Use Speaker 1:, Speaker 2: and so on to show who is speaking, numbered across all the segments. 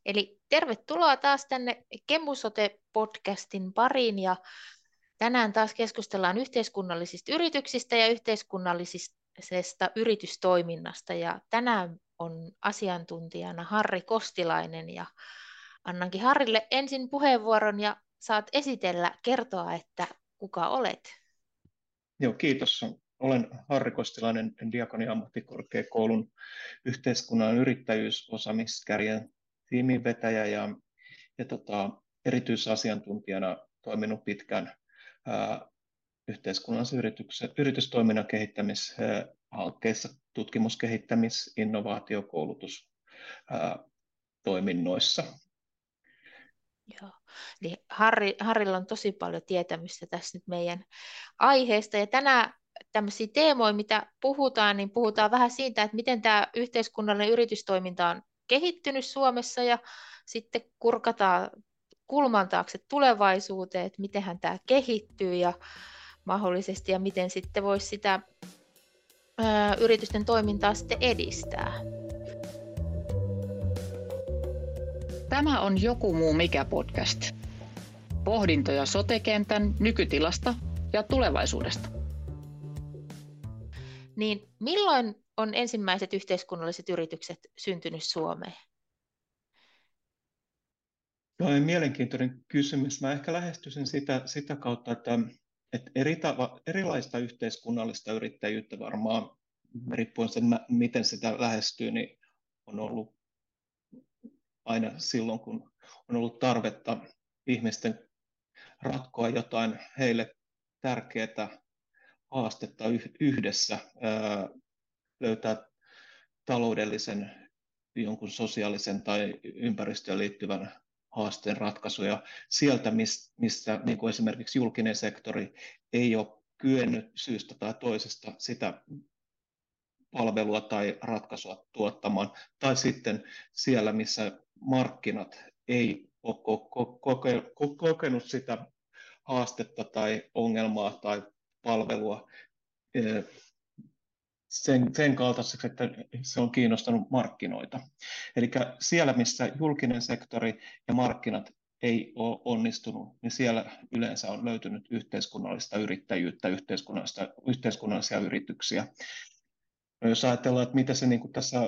Speaker 1: Eli tervetuloa taas tänne Kemusote-podcastin pariin ja tänään taas keskustellaan yhteiskunnallisista yrityksistä ja yhteiskunnallisesta yritystoiminnasta ja tänään on asiantuntijana Harri Kostilainen ja annankin Harrille ensin puheenvuoron ja saat esitellä, kertoa, että kuka olet.
Speaker 2: Joo, kiitos. Olen Harri Kostilainen, Diakonia-ammattikorkeakoulun yhteiskunnan yrittäjyysosaamiskärjen tiiminvetäjä ja erityisasiantuntijana toiminut pitkään yhteiskunnallisen yritystoiminnan kehittämishankkeissa, tutkimuskehittämis-, innovaatiokoulutustoiminnoissa.
Speaker 1: Joo. Niin Harrilla on tosi paljon tietämystä tässä nyt meidän aiheesta. Ja tänään tämmöisiä teemoja, mitä puhutaan, niin puhutaan vähän siitä, että miten tämä yhteiskunnallinen yritystoiminta on kehittynyt Suomessa ja sitten kurkataan kulman taakse tulevaisuuteen, että mitenhän tämä kehittyy ja mahdollisesti ja miten sitten voisi sitä yritysten toimintaa sitten edistää.
Speaker 3: Tämä on Joku muu mikä podcast. Pohdintoja sote-kentän nykytilasta ja tulevaisuudesta.
Speaker 1: Niin milloin on ensimmäiset yhteiskunnalliset yritykset syntynyt Suomeen?
Speaker 2: No, mielenkiintoinen kysymys. Mä ehkä lähestyisin sitä kautta, että erilaista yhteiskunnallista yrittäjyyttä varmaan, riippuen sen, miten sitä lähestyy, niin on ollut aina silloin, kun on ollut tarvetta ihmisten ratkoa jotain heille tärkeää haastetta yhdessä, löytää taloudellisen, jonkun sosiaalisen tai ympäristöön liittyvän haasteen ratkaisuja sieltä, missä niin kuin esimerkiksi julkinen sektori ei ole kyennyt syystä tai toisesta sitä palvelua tai ratkaisua tuottamaan, tai sitten siellä, missä markkinat ei ole kokenut sitä haastetta tai ongelmaa tai palvelua sen kaltaiseksi, että se on kiinnostanut markkinoita. Eli siellä, missä julkinen sektori ja markkinat ei ole onnistunut, niin siellä yleensä on löytynyt yhteiskunnallista yrittäjyyttä, yhteiskunnallisia yrityksiä. No, jos ajatellaan, että mitä se niin kuin tässä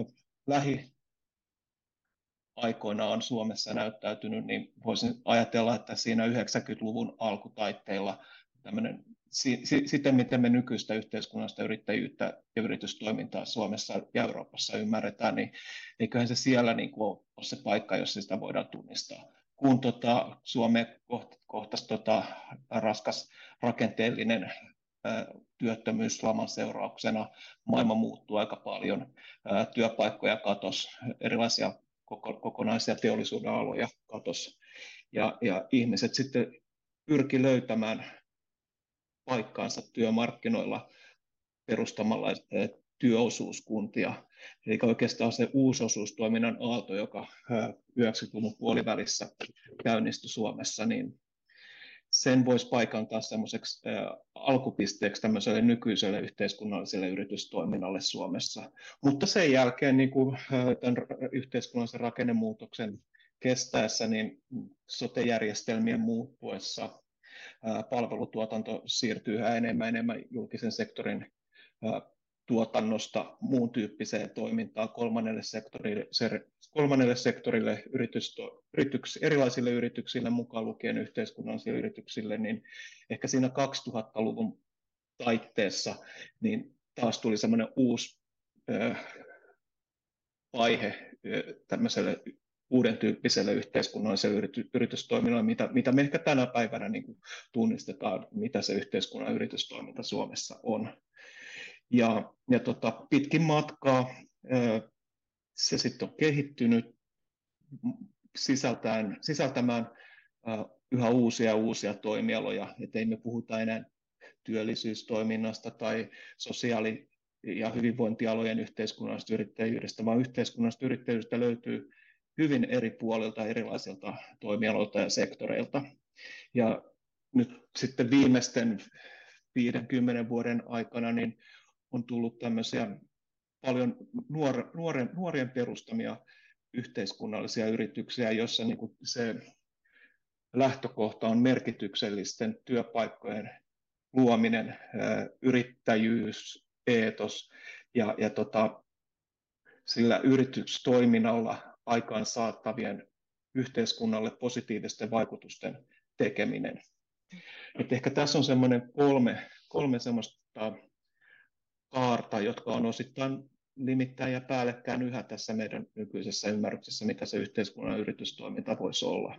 Speaker 2: lähiaikoina on Suomessa näyttäytynyt, niin voisin ajatella, että siinä 90-luvun alkutaitteilla siten, miten me nykyistä yhteiskunnallista yrittäjyyttä ja yritystoimintaa Suomessa ja Euroopassa ymmärretään, niin eiköhän se siellä niin kuin ole se paikka, jossa sitä voidaan tunnistaa. Kun Suomeen kohtasi raskas rakenteellinen työttömyys laman seurauksena, maailma muuttuu aika paljon, työpaikkoja katosi, erilaisia kokonaisia teollisuuden aloja katosi, ja ihmiset sitten pyrki löytämään paikkaansa työmarkkinoilla perustamalla työosuuskuntia. Eli oikeastaan se uusosuustoiminnan aalto, joka 90-luvun puolivälissä käynnistyi Suomessa, niin sen voisi paikantaa semmoiseksi alkupisteeksi tämmöiselle nykyiselle yhteiskunnalliselle yritystoiminnalle Suomessa. Mutta sen jälkeen niin kuin tämän yhteiskunnallisen rakennemuutoksen kestäessä, niin sote-järjestelmien muuttuessa palvelutuotanto siirtyy yhä enemmän julkisen sektorin tuotannosta muun tyyppiseen toimintaan kolmannelle sektorille erilaisille yrityksille, mukaan lukien yhteiskunnallisille yrityksille, niin ehkä siinä 2000-luvun taitteessa niin taas tuli semmoinen uusi vaihe tämmöiselle uuden tyyppiselle yhteiskunnalliselle yritystoiminnalle, mitä me ehkä tänä päivänä niin kuin tunnistetaan, mitä se yhteiskunnan yritystoiminta Suomessa on. Ja pitkin matkaa se sitten on kehittynyt sisältämään yhä uusia toimialoja, että ei me puhuta enää työllisyystoiminnasta tai sosiaali- ja hyvinvointialojen yhteiskunnallisesta yrittäjyydestä, vaan yhteiskunnallisesta yrittäjyydestä löytyy hyvin eri puolilta, erilaisilta toimialoilta ja sektoreilta. Ja nyt sitten viimeisten 50 vuoden aikana niin on tullut tämmöisiä paljon nuorien perustamia yhteiskunnallisia yrityksiä, joissa niin kuin se lähtökohta on merkityksellisten työpaikkojen luominen, yrittäjyys, eetos ja sillä yritystoiminnalla aikaan saattavien yhteiskunnalle positiivisten vaikutusten tekeminen. Et ehkä tässä on semmoinen kolme semmoista kaarta, jotka on osittain limittäin ja päällekkäin yhä tässä meidän nykyisessä ymmärryksessä, mitä se yhteiskunnan yritystoiminta voisi olla.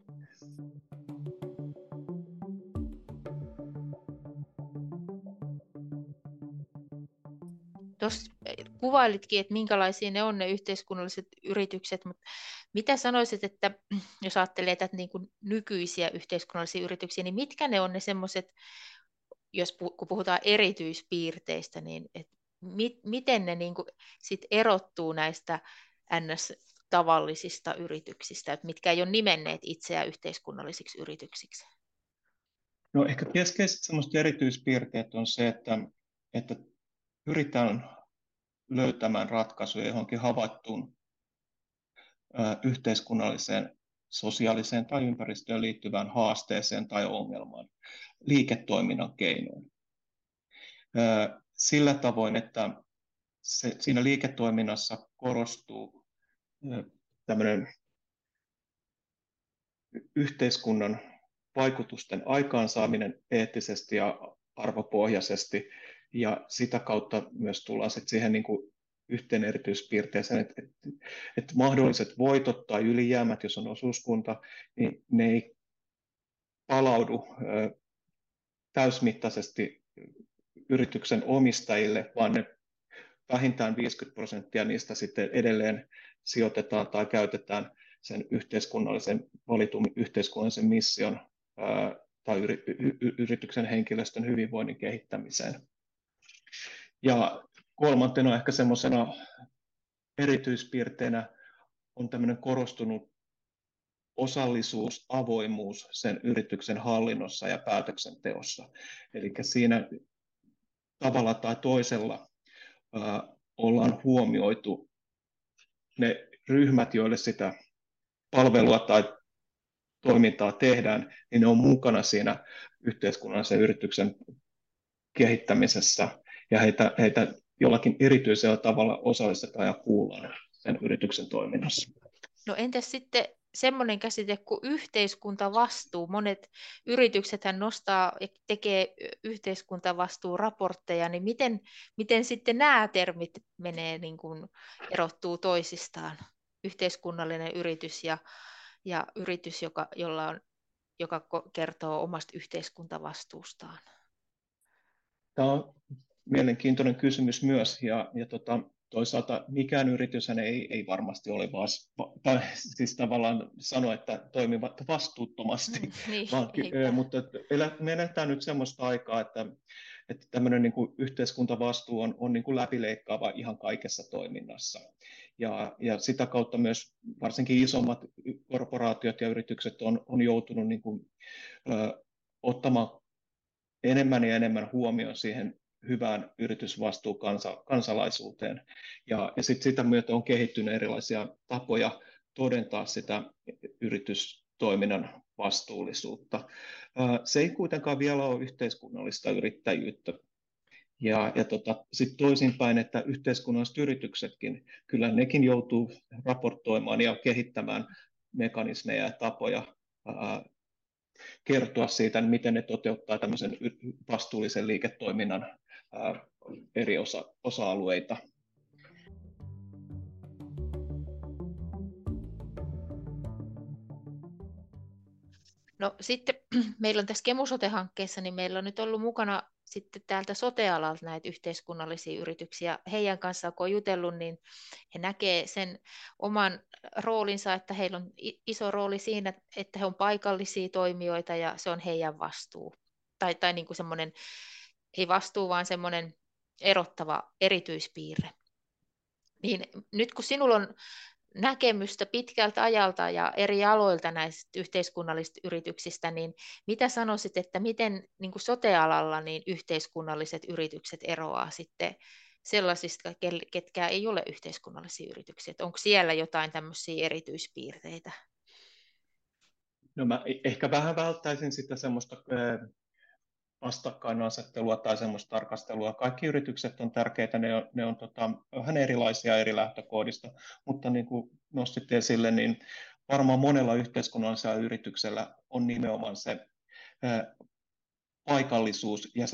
Speaker 1: Tuossa kuvailitkin, että minkälaisia ne on ne yhteiskunnalliset yritykset, mutta mitä sanoisit, että jos ajattelee tätä niin kuin nykyisiä yhteiskunnallisia yrityksiä, niin mitkä ne on ne semmoiset, kun puhutaan erityispiirteistä, niin miten ne niin kuin sit erottuu näistä NS-tavallisista yrityksistä, että mitkä ei ole nimenneet itseään yhteiskunnallisiksi yrityksiksi?
Speaker 2: No ehkä keskeiset semmoiset erityispiirteet on se, että pyritään löytämään ratkaisuja johonkin havaittuun yhteiskunnalliseen, sosiaaliseen tai ympäristöön liittyvään haasteeseen tai ongelmaan liiketoiminnan keinoin. Sillä tavoin, että siinä liiketoiminnassa korostuu tämmöinen yhteiskunnan vaikutusten aikaansaaminen eettisesti ja arvopohjaisesti, ja sitä kautta myös tullaan sitten siihen niin kuin yhteen erityispiirteeseen, että mahdolliset voitot tai ylijäämät, jos on osuuskunta, niin ne ei palaudu täysmittaisesti yrityksen omistajille, vaan ne vähintään 50% niistä sitten edelleen sijoitetaan tai käytetään sen valitun yhteiskunnallisen mission tai yrityksen henkilöstön hyvinvoinnin kehittämiseen. Ja kolmantena ehkä semmoisena erityispiirteenä on tämmöinen korostunut osallisuus, avoimuus sen yrityksen hallinnossa ja päätöksenteossa. Eli siinä tavalla tai toisella ollaan huomioitu ne ryhmät, joille sitä palvelua tai toimintaa tehdään, niin ne on mukana siinä yhteiskunnallisen yrityksen kehittämisessä, ja heitä jollakin erityisellä tavalla osallistetaan ja kuullaan sen yrityksen toiminnassa.
Speaker 1: No entäs sitten semmoinen käsite kuin yhteiskuntavastuu? Monet yrityksethän nostaa ja tekee yhteiskuntavastuuraportteja, niin miten sitten nämä termit niin kuin erottuu toisistaan? Yhteiskunnallinen yritys ja yritys, joka kertoo omasta yhteiskuntavastuustaan.
Speaker 2: Tämä on mielenkiintoinen kysymys myös, ja toisaalta mikään yrityshän ei varmasti ole siis tavallaan sano, että toimivat vastuuttomasti, mutta me eletään nyt semmoista aikaa, että tämmöinen niin kuin yhteiskuntavastuu on niin kuin läpileikkaava ihan kaikessa toiminnassa. Ja sitä kautta myös varsinkin isommat korporaatiot ja yritykset on joutunut niin kuin, ottamaan enemmän ja enemmän huomioon siihen hyvään yritysvastuukansalaisuuteen. Ja sitä myötä on kehittynyt erilaisia tapoja todentaa sitä yritystoiminnan vastuullisuutta. Se ei kuitenkaan vielä ole yhteiskunnallista yrittäjyyttä. Ja sitten toisinpäin, että yhteiskunnalliset yrityksetkin, kyllä nekin joutuu raportoimaan ja kehittämään mekanismeja ja tapoja kertoa siitä, miten ne toteuttaa tämmöisen vastuullisen liiketoiminnan eri osa-alueita.
Speaker 1: No sitten meillä on tässä Kemusote-hankkeessa, niin meillä on nyt ollut mukana sitten täältä sote-alalta näitä yhteiskunnallisia yrityksiä. Heidän kanssaan kun on jutellut, niin he näkee sen oman roolinsa, että heillä on iso rooli siinä, että he on paikallisia toimijoita ja se on heidän vastuu. Tai niin kuin semmoinen, ei vastuu, vaan semmoinen erottava erityispiirre. Niin nyt kun sinulla on näkemystä pitkältä ajalta ja eri aloilta näistä yhteiskunnallisista yrityksistä, niin mitä sanoisit, että miten niin kuin sote-alalla niin yhteiskunnalliset yritykset eroaa sitten sellaisista, ketkä ei ole yhteiskunnallisia yrityksiä? Onko siellä jotain tämmöisiä erityispiirteitä?
Speaker 2: No mä ehkä vähän välttäisin sitä semmoista vastakkainasettelua tai semmoista tarkastelua. Kaikki yritykset on tärkeitä, ne on vähän erilaisia eri lähtökohdista, mutta niin kuin nostit esille, niin varmaan monella yhteiskunnallisella yrityksellä on nimenomaan se paikallisuus ja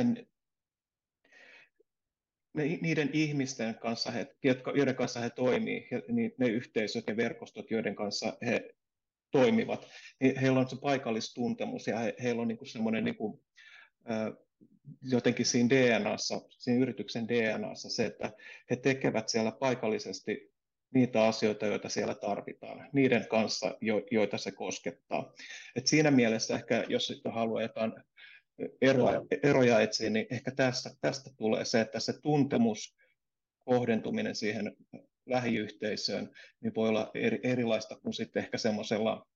Speaker 2: niiden ihmisten kanssa, joiden kanssa he toimii, niin ne yhteisöt ja verkostot, joiden kanssa he toimivat, niin heillä on se paikallistuntemus ja heillä on niin kuin semmoinen niin kuin, jotenkin siinä DNAssa, siinä yrityksen DNAssa se, että he tekevät siellä paikallisesti niitä asioita, joita siellä tarvitaan, niiden kanssa, joita se koskettaa. Et siinä mielessä ehkä, jos haluaa jotain eroja etsiä, niin ehkä tästä tulee se, että se tuntemus, kohdentuminen siihen lähiyhteisöön, niin voi olla erilaista kuin sitten ehkä semmoisella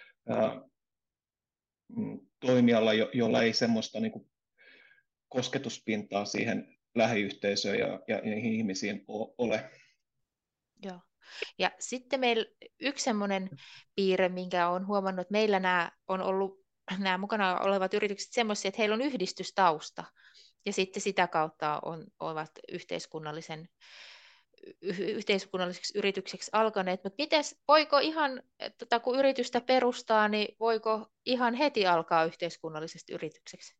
Speaker 2: toimijalla, jolla ei semmoista niin kuin kosketuspintaa siihen lähiyhteisöön ja niihin ihmisiin ole.
Speaker 1: Joo. Ja sitten meillä yksi semmoinen piirre, minkä olen huomannut, että meillä nämä mukana olevat yritykset semmoisia, että heillä on yhdistystausta ja sitten sitä kautta ovat yhteiskunnalliseksi yritykseksi alkaneet. Mutta voiko ihan, kun yritystä perustaa, niin voiko ihan heti alkaa yhteiskunnallisesta yritykseksi?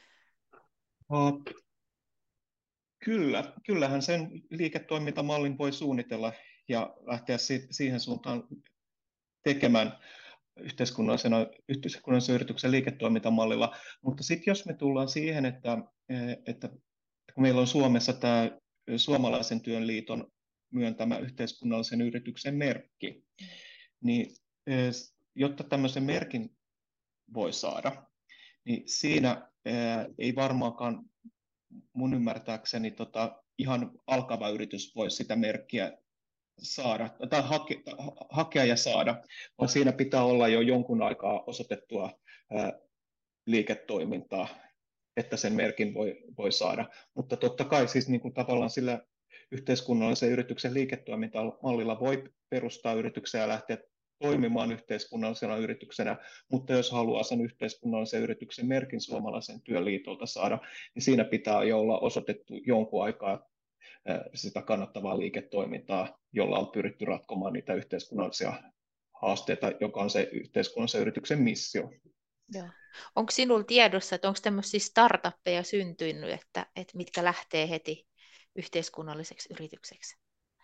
Speaker 2: Kyllähän sen liiketoimintamallin voi suunnitella ja lähteä siihen suuntaan tekemään yhteiskunnallisen yrityksen liiketoimintamallilla. Mutta sitten jos me tullaan siihen, että kun meillä on Suomessa tämä Suomalaisen työn liiton myöntämä yhteiskunnallisen yrityksen merkki, niin jotta tämmöisen merkin voi saada, niin siinä ei varmaankaan mun ymmärtääkseni ihan alkava yritys voi sitä merkkiä saada tai hakea ja saada, vaan siinä pitää olla jo jonkun aikaa osoitettua liiketoimintaa, että sen merkin voi saada. Mutta totta kai siis niin kuin tavallaan sillä yhteiskunnallisen yrityksen liiketoimintamallilla voi perustaa yrityksiä ja lähteä toimimaan yhteiskunnallisena yrityksenä, mutta jos haluaa sen yhteiskunnallisen yrityksen merkin Suomalaisen työliitolta saada, niin siinä pitää jo olla osoitettu jonkun aikaa sitä kannattavaa liiketoimintaa, jolla on pyritty ratkomaan niitä yhteiskunnallisia haasteita, joka on se yhteiskunnallisen yrityksen missio.
Speaker 1: Joo. Onko sinulla tiedossa, että onko tämmöisiä startuppeja syntynyt, että mitkä lähtee heti yhteiskunnalliseksi yritykseksi?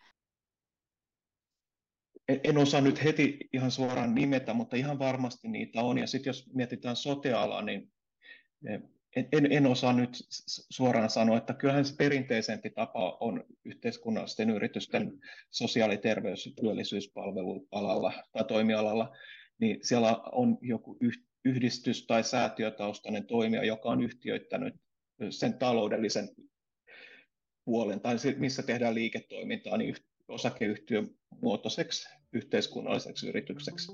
Speaker 2: En osaa nyt heti ihan suoraan nimetä, mutta ihan varmasti niitä on. Ja sitten jos mietitään sote-alaa, niin en osaa nyt suoraan sanoa, että kyllähän se perinteisempi tapa on yhteiskunnallisten yritysten sosiaali-, terveys- ja työllisyyspalvelualalla tai toimialalla, niin siellä on joku yhdistys- tai säätiötaustainen toimija, joka on yhtiöittänyt sen taloudellisen puolen, tai missä tehdään liiketoimintaa, niin osakeyhtiömuotoiseksi yhteiskunnalliseksi yritykseksi.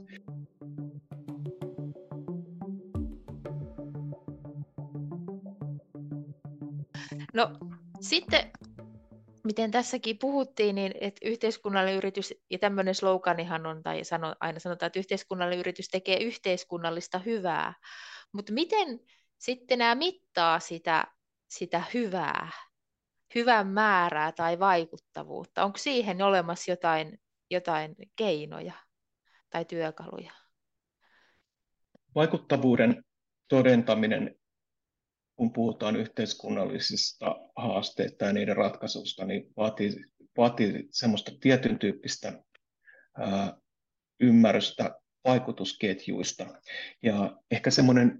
Speaker 1: No sitten, miten tässäkin puhuttiin, niin että yhteiskunnallinen yritys, ja tämmöinen sloganihan on, tai aina sanotaan, että yhteiskunnallinen yritys tekee yhteiskunnallista hyvää, mutta miten sitten nämä mittaa sitä hyvän määrää tai vaikuttavuutta? Onko siihen olemassa jotain keinoja tai työkaluja?
Speaker 2: Vaikuttavuuden todentaminen, kun puhutaan yhteiskunnallisista haasteista ja niiden ratkaisusta, niin vaatii semmoista tietyn tyyppistä ymmärrystä vaikutusketjuista. Ja ehkä semmoinen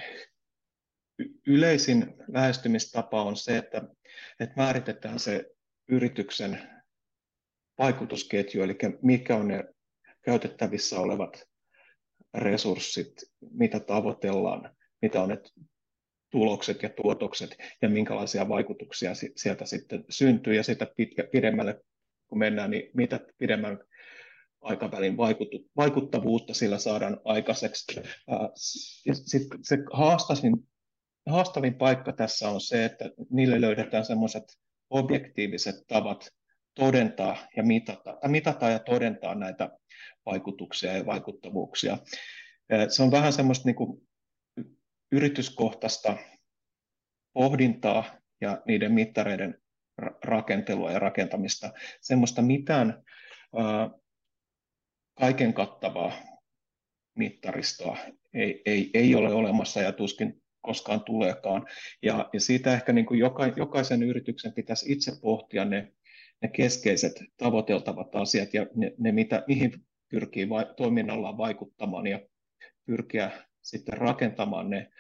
Speaker 2: yleisin lähestymistapa on se, että määritetään se yrityksen vaikutusketju, eli mitkä on ne käytettävissä olevat resurssit, mitä tavoitellaan, mitä on ne tulokset ja tuotokset ja minkälaisia vaikutuksia sieltä sitten syntyy ja sitä pidemmälle kun mennään, niin mitä pidemmän aikavälin vaikuttavuutta sillä saadaan aikaiseksi. Sitten se haastavin paikka tässä on se, että niille löydetään semmoiset objektiiviset tavat todentaa ja mitata ja todentaa näitä vaikutuksia ja vaikuttavuuksia. Se on vähän semmoista niin kuin yrityskohtaista pohdintaa ja niiden mittareiden rakentelua ja rakentamista. Semmoista mitään kaiken kattavaa mittaristoa ei ole olemassa ja tuskin koskaan tuleekaan. Ja siitä ehkä niin kuin jokaisen yrityksen pitäisi itse pohtia ne keskeiset tavoiteltavat asiat ja mihin pyrkii toiminnallaan vaikuttamaan ja pyrkiä sitten rakentamaan ne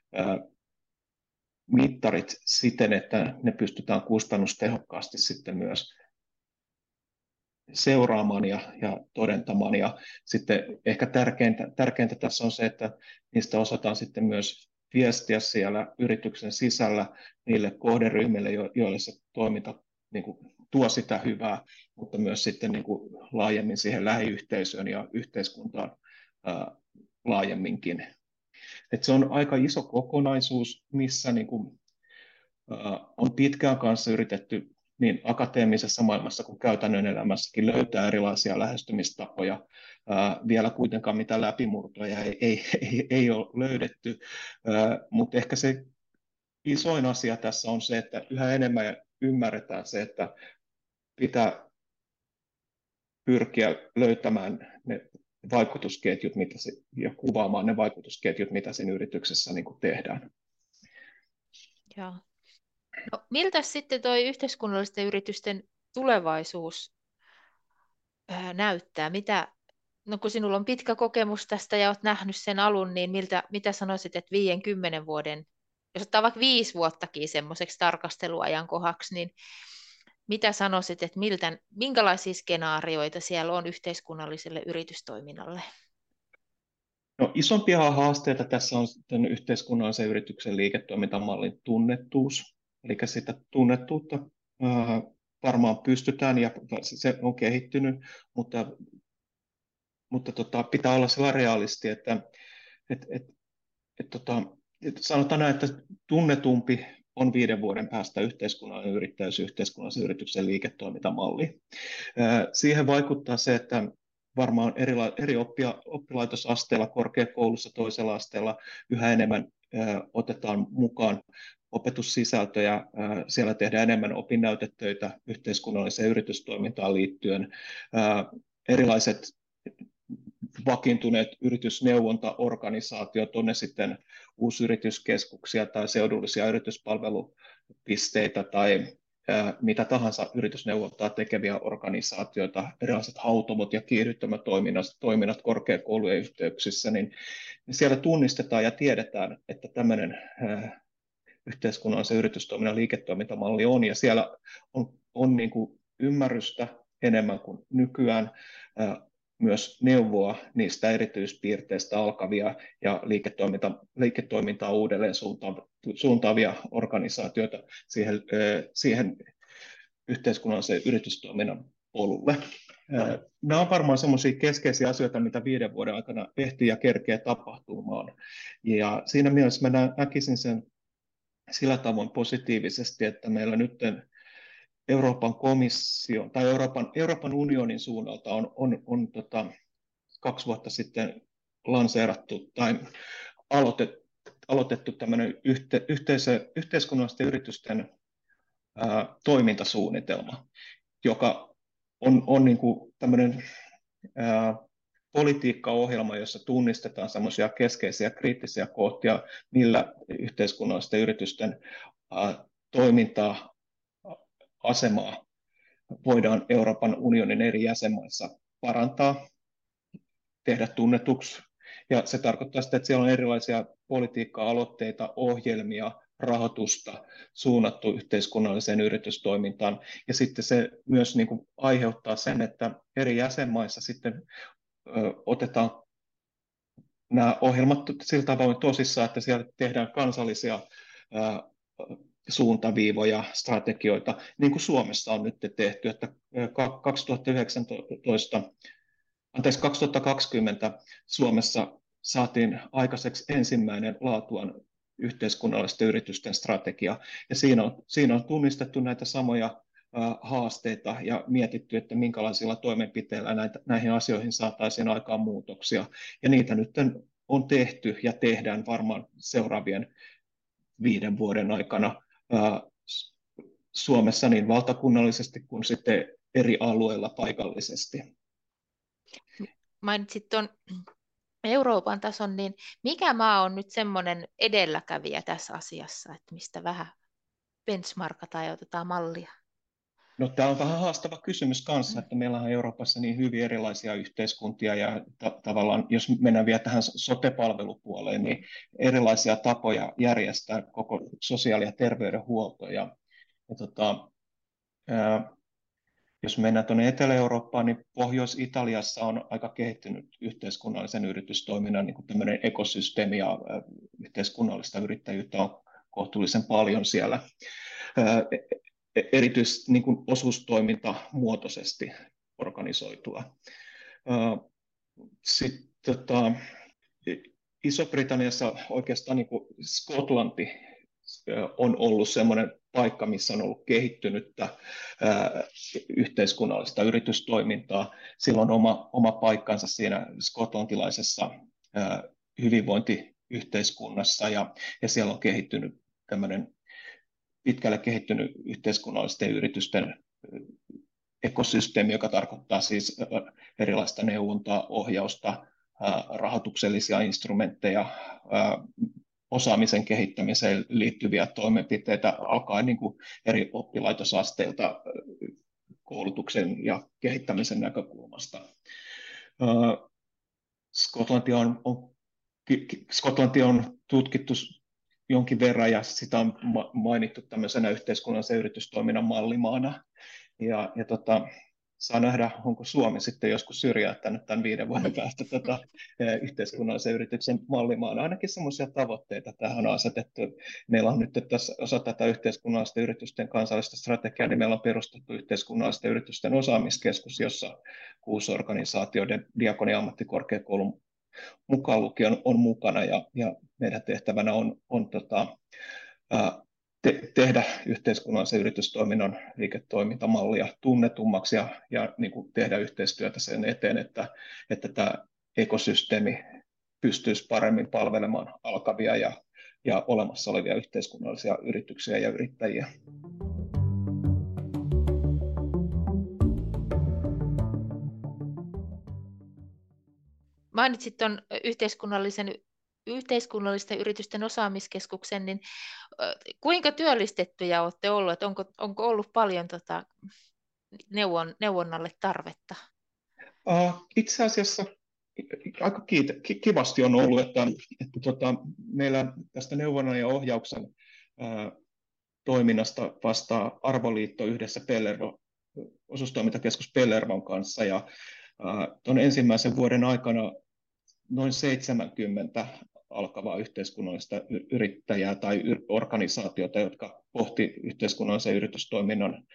Speaker 2: mittarit siten, että ne pystytään kustannustehokkaasti sitten myös seuraamaan ja todentamaan. Ja sitten ehkä tärkeintä tässä on se, että niistä osataan sitten myös viestiä siellä yrityksen sisällä niille kohderyhmille, joille se toiminta niin kuin tuo sitä hyvää, mutta myös sitten niin kuin laajemmin siihen lähiyhteisöön ja yhteiskuntaan laajemminkin. Et se on aika iso kokonaisuus, missä niin kuin, on pitkään kanssa yritetty niin akateemisessa maailmassa kuin käytännön elämässäkin löytää erilaisia lähestymistapoja. Vielä kuitenkaan mitään läpimurtoja ei ole löydetty, mutta ehkä se isoin asia tässä on se, että yhä enemmän ymmärretään se, että pitää pyrkiä löytämään ne vaikutusketjut ja kuvaamaan ne vaikutusketjut, mitä siinä yrityksessä niin kuin tehdään.
Speaker 1: Joo. No, miltä sitten tuo yhteiskunnallisten yritysten tulevaisuus näyttää? No kun sinulla on pitkä kokemus tästä ja olet nähnyt sen alun, niin mitä sanoisit, että 5-10 vuoden, jos ottaa vaikka 5 vuottakin semmoiseksi tarkasteluajankohaksi, niin mitä sanoisit, että minkälaisia skenaarioita siellä on yhteiskunnalliselle yritystoiminnalle?
Speaker 2: No, isompia haasteita tässä on sitten yhteiskunnallisen yrityksen liiketoimintamallin tunnettuus. Eli sitä tunnettuutta varmaan pystytään ja se on kehittynyt, mutta pitää olla sellainen realisti, että sanotaan näin, että tunnetumpi on 5 vuoden päästä yhteiskunnallinen yrittäjyys, yhteiskunnallisen yrityksen liiketoimintamalli. Siihen vaikuttaa se, että varmaan eri oppilaitosasteilla, korkeakoulussa, toisella asteella yhä enemmän otetaan mukaan opetussisältöjä. Siellä tehdään enemmän opinnäytetöitä yhteiskunnalliseen yritystoimintaan liittyen. Erilaiset vakiintuneet yritysneuvontaorganisaatiot, on ne sitten uusyrityskeskuksia tai seudullisia yrityspalvelupisteitä tai mitä tahansa yritysneuvontaa tekeviä organisaatioita, erilaiset hautomot ja kiihdyttämätoiminnat korkeakoulujen yhteyksissä, niin siellä tunnistetaan ja tiedetään, että tämmöinen yhteiskunnallisen yritystoiminnan liiketoimintamalli on, ja siellä on niin kuin ymmärrystä enemmän kuin nykyään, myös neuvoa niistä erityispiirteistä alkavia ja liiketoimintaa uudelleen suuntaavia organisaatioita siihen yhteiskunnallisen yritystoiminnan polulle. Nämä on varmaan semmoisia keskeisiä asioita, mitä 5 vuoden aikana ehtii ja kerkeä tapahtumaan. Ja siinä mielessä mä näkisin sen sillä tavoin positiivisesti, että meillä nyt Euroopan komissio tai Euroopan unionin suunnalta on 2 vuotta sitten lanseerattu tai aloitettu tämmöinen yhteiskunnallisten yritysten toimintasuunnitelma, joka on niin kuin tämmöinen politiikkaohjelma, jossa tunnistetaan semmoisia keskeisiä kriittisiä kohtia, millä yhteiskunnallisten yritysten toimintaa, asemaa voidaan Euroopan unionin eri jäsenmaissa parantaa, tehdä tunnetuksi. Ja se tarkoittaa sitä, että siellä on erilaisia politiikka-aloitteita, ohjelmia, rahoitusta suunnattu yhteiskunnalliseen yritystoimintaan. Ja sitten se myös niin kuin aiheuttaa sen, että eri jäsenmaissa sitten otetaan nämä ohjelmat sillä tavoin tosissaan, että siellä tehdään kansallisia suuntaviivoja, strategioita, niin kuin Suomessa on nyt tehty, että 2020 Suomessa saatiin aikaiseksi ensimmäinen laatuaan yhteiskunnallisten yritysten strategia. Ja siinä on tunnistettu näitä samoja haasteita ja mietitty, että minkälaisilla toimenpiteillä näihin asioihin saataisiin aikaan muutoksia. Ja niitä nyt on tehty ja tehdään varmaan seuraavien 5 vuoden aikana Suomessa niin valtakunnallisesti kuin sitten eri alueilla paikallisesti.
Speaker 1: Mainitsit tuon Euroopan tason, niin mikä maa on nyt semmoinen edelläkävijä tässä asiassa, että mistä vähän benchmarkataan ja otetaan mallia?
Speaker 2: No, tämä on vähän haastava kysymys kanssa, että meillä on Euroopassa niin hyvin erilaisia yhteiskuntia ja tavallaan, jos mennään vielä tähän sote-palvelupuoleen, niin erilaisia tapoja järjestää koko sosiaali- ja terveydenhuolto. Jos mennään tuonne Etelä-Eurooppaan, niin Pohjois-Italiassa on aika kehittynyt yhteiskunnallisen yritystoiminnan niin kuin tämmöinen ekosysteemi ja yhteiskunnallista yrittäjyyttä on kohtuullisen paljon siellä. Erityisesti niin kuin osuustoimintamuotoisesti organisoitua. Sitten Iso-Britanniassa oikeastaan niin kuin Skotlanti on ollut semmoinen paikka, missä on ollut kehittynyttä yhteiskunnallista yritystoimintaa. Sillä on oma paikkansa siinä skotlantilaisessa hyvinvointiyhteiskunnassa ja siellä on kehittynyt tämmöinen pitkälle kehittynyt yhteiskunnallisten yritysten ekosysteemi, joka tarkoittaa siis erilaista neuvontaa, ohjausta, rahoituksellisia instrumentteja, osaamisen kehittämiseen liittyviä toimenpiteitä alkaen niin kuin eri oppilaitosasteilta koulutuksen ja kehittämisen näkökulmasta. Skotlanti on tutkittu jonkin verran ja sitä on mainittu tämmöisenä yhteiskunnallisen yritystoiminnan mallimaana. Saa nähdä, onko Suomi sitten joskus syrjäyttänyt tämän 5 vuoden päästä yhteiskunnallisen yrityksen mallimaana. Ainakin semmoisia tavoitteita tähän on asetettu. Meillä on nyt tässä osa tätä yhteiskunnallisten yritysten kansallista strategiaa, niin meillä on perustettu yhteiskunnallisten yritysten osaamiskeskus, jossa 6 organisaatioiden Diakonia-ammattikorkeakoulun mukaan lukien on mukana ja meidän tehtävänä on tehdä yhteiskunnallisen yritystoiminnan liiketoimintamallia tunnetummaksi ja niin kuin tehdä yhteistyötä sen eteen, että tämä ekosysteemi pystyisi paremmin palvelemaan alkavia ja olemassa olevia yhteiskunnallisia yrityksiä ja yrittäjiä.
Speaker 1: Mainitsit tuon yhteiskunnallisten yritysten osaamiskeskuksen, niin kuinka työllistettyjä olette olleet? Onko ollut paljon neuvonnalle tarvetta?
Speaker 2: Itse asiassa aika kivasti on ollut, että meillä tästä neuvonnan ja ohjauksen toiminnasta vastaa Arvoliitto yhdessä osuustoimintakeskus Pellervon kanssa, ja tuon ensimmäisen vuoden aikana noin 70 alkavaa yhteiskunnallista yrittäjää tai organisaatiota, jotka pohti yhteiskunnallisen yritystoiminnan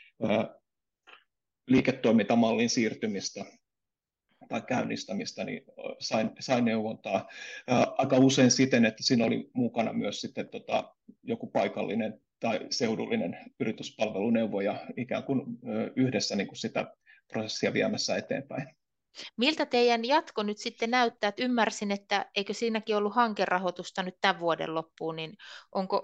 Speaker 2: liiketoimintamallin siirtymistä tai käynnistämistä, niin sain neuvontaa aika usein siten, että siinä oli mukana myös sitten joku paikallinen tai seudullinen yrityspalveluneuvoja ikään kuin yhdessä niin kuin sitä prosessia viemässä eteenpäin.
Speaker 1: Miltä teidän jatko nyt sitten näyttää? Että ymmärsin, että eikö siinäkin ollut hankerahoitusta nyt tämän vuoden loppuun, niin onko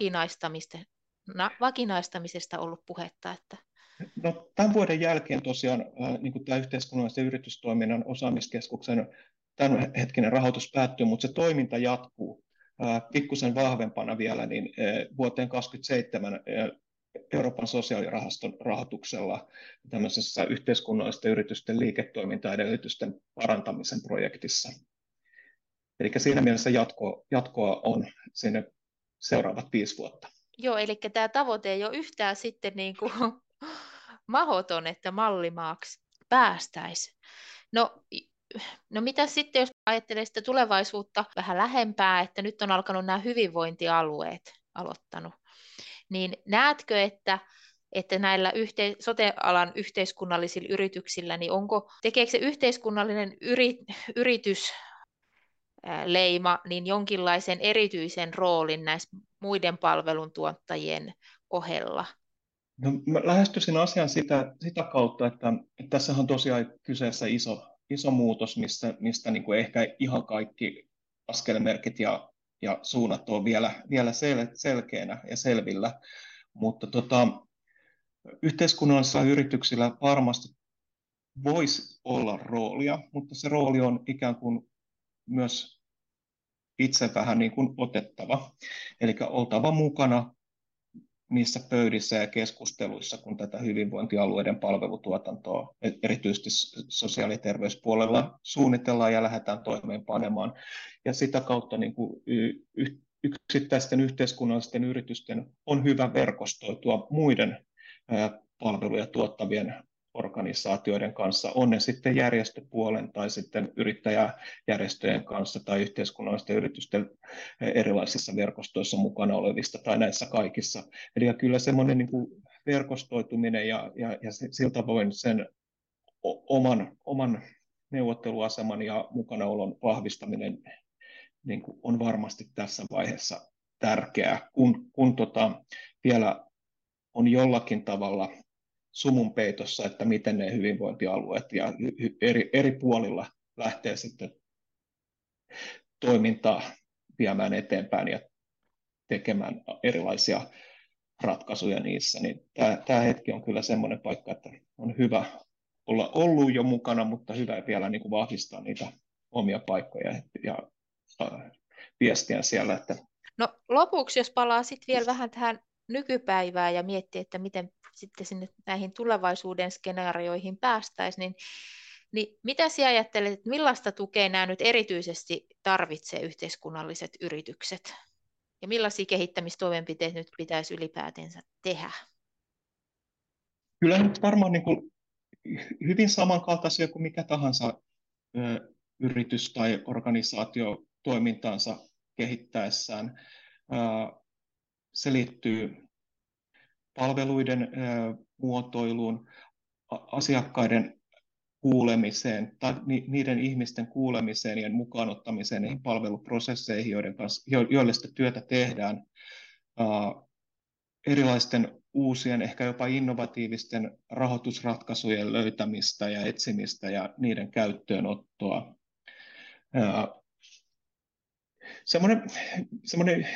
Speaker 1: vakinaistamisesta ollut puhetta? Että...
Speaker 2: No, tämän vuoden jälkeen tosiaan niin kuin tämä yhteiskunnallisen yritystoiminnan osaamiskeskuksen tämänhetkinen rahoitus päättyy, mutta se toiminta jatkuu pikkusen vahvempana vielä niin vuoteen 2027 Euroopan sosiaalirahaston rahoituksella tämmöisessä yhteiskunnallisten yritysten liiketoimintaedellytysten parantamisen projektissa. Eli siinä mielessä jatkoa on sinne seuraavat 5 vuotta.
Speaker 1: Joo, eli tämä tavoite ei ole yhtään sitten niin kuin mahdoton, että mallimaaksi päästäisiin. No mitä sitten, jos ajattelee sitä tulevaisuutta vähän lähempää, että nyt on alkanut nämä hyvinvointialueet aloittanut, niin näetkö, että näillä sote-alan yhteiskunnallisilla yrityksillä, niin tekeekö se yhteiskunnallinen yritys leima, niin jonkinlaisen erityisen roolin näissä muiden palveluntuottajien ohella?
Speaker 2: No, mä lähestyisin asian sitä kautta, että tässähän on tosiaan kyseessä iso muutos, mistä niin kuin ehkä ihan kaikki askelmerkit ja suunnat on vielä selkeänä ja selvillä, mutta yhteiskunnallisilla yrityksillä varmasti voisi olla roolia, mutta se rooli on ikään kuin myös itse vähän niin kuin otettava, eli oltava mukana niissä pöydissä ja keskusteluissa, kun tätä hyvinvointialueiden palvelutuotantoa erityisesti sosiaali- ja terveyspuolella suunnitellaan ja lähdetään toimeenpanemaan. Ja sitä kautta niin kuin yksittäisten yhteiskunnallisten yritysten on hyvä verkostoitua muiden palveluja tuottavien organisaatioiden kanssa, on ne sitten järjestöpuolen tai sitten yrittäjäjärjestöjen kanssa tai yhteiskunnallisten yritysten erilaisissa verkostoissa mukana olevista tai näissä kaikissa. Eli kyllä semmoinen niin kuin verkostoituminen ja sillä tavoin sen oman neuvotteluaseman ja mukanaolon vahvistaminen niin kuin on varmasti tässä vaiheessa tärkeää, kun vielä on jollakin tavalla sumun peitossa, että miten ne hyvinvointialueet ja eri puolilla lähtee sitten toimintaa viemään eteenpäin ja tekemään erilaisia ratkaisuja niissä. Niin tämä hetki on kyllä semmoinen paikka, että on hyvä olla ollut jo mukana, mutta hyvä vielä niin kuin vahvistaa niitä omia paikkoja ja viestiä siellä. Että...
Speaker 1: No lopuksi, jos palaa sitten vielä vähän tähän nykypäivään ja miettii, että miten sitten sinne näihin tulevaisuuden skenaarioihin päästäisiin, niin mitä sinä ajattelet, että millaista tukea nämä nyt erityisesti tarvitsee yhteiskunnalliset yritykset? Ja millaisia kehittämistoimenpiteitä nyt pitäisi ylipäätänsä tehdä?
Speaker 2: Kyllä nyt varmaan niin kuin hyvin samankaltaisia kuin mikä tahansa yritys tai organisaatio toimintaansa kehittäessään. Se liittyy palveluiden muotoiluun, asiakkaiden kuulemiseen tai niiden ihmisten kuulemiseen ja mukaanottamiseen niihin palveluprosesseihin, joille sitä työtä tehdään, erilaisten uusien, ehkä jopa innovatiivisten rahoitusratkaisujen löytämistä ja etsimistä ja niiden käyttöönottoa. Semmoinen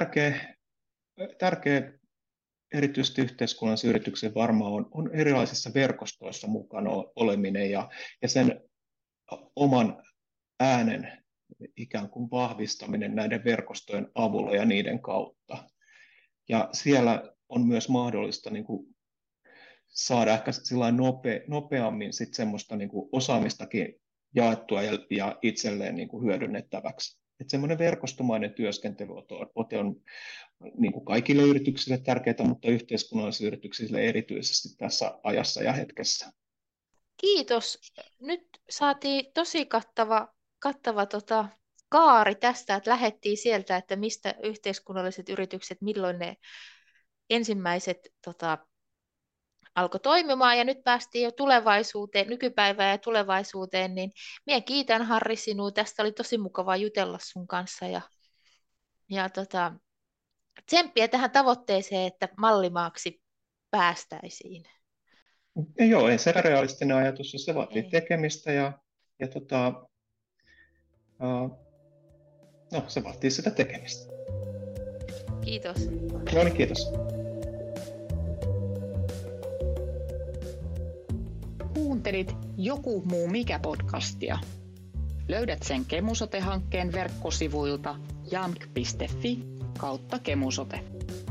Speaker 2: tärkeä erityisesti yhteiskunnallisen yrityksen varmaan on erilaisissa verkostoissa mukana oleminen ja sen oman äänen ikään kuin vahvistaminen näiden verkostojen avulla ja niiden kautta. Ja siellä on myös mahdollista niin kuin saada ehkä nopeammin sit semmoista niin kuin osaamistakin jaettua ja itselleen niin kuin hyödynnettäväksi. Että semmoinen verkostomainen työskentelyote on niin kuin kaikille yrityksille tärkeää, mutta yhteiskunnallisille yrityksille erityisesti tässä ajassa ja hetkessä.
Speaker 1: Kiitos. Nyt saatiin tosi kattava kaari tästä, että lähdettiin sieltä, että mistä yhteiskunnalliset yritykset, milloin ne ensimmäiset alkoi toimimaan, ja nyt päästiin jo tulevaisuuteen, nykypäivään ja tulevaisuuteen, niin minä kiitän Harri sinua, tästä oli tosi mukavaa jutella sun kanssa, ja tsemppiä tähän tavoitteeseen, että mallimaaksi päästäisiin.
Speaker 2: Joo, ei se realistinen ajatus, se vaatii tekemistä se vaatii sitä tekemistä.
Speaker 1: Kiitos.
Speaker 2: No niin, kiitos.
Speaker 3: Kuuntelit Joku muu mikä -podcastia. Löydät sen Kemusote-hankkeen verkkosivuilta jamk.fi/kemusote.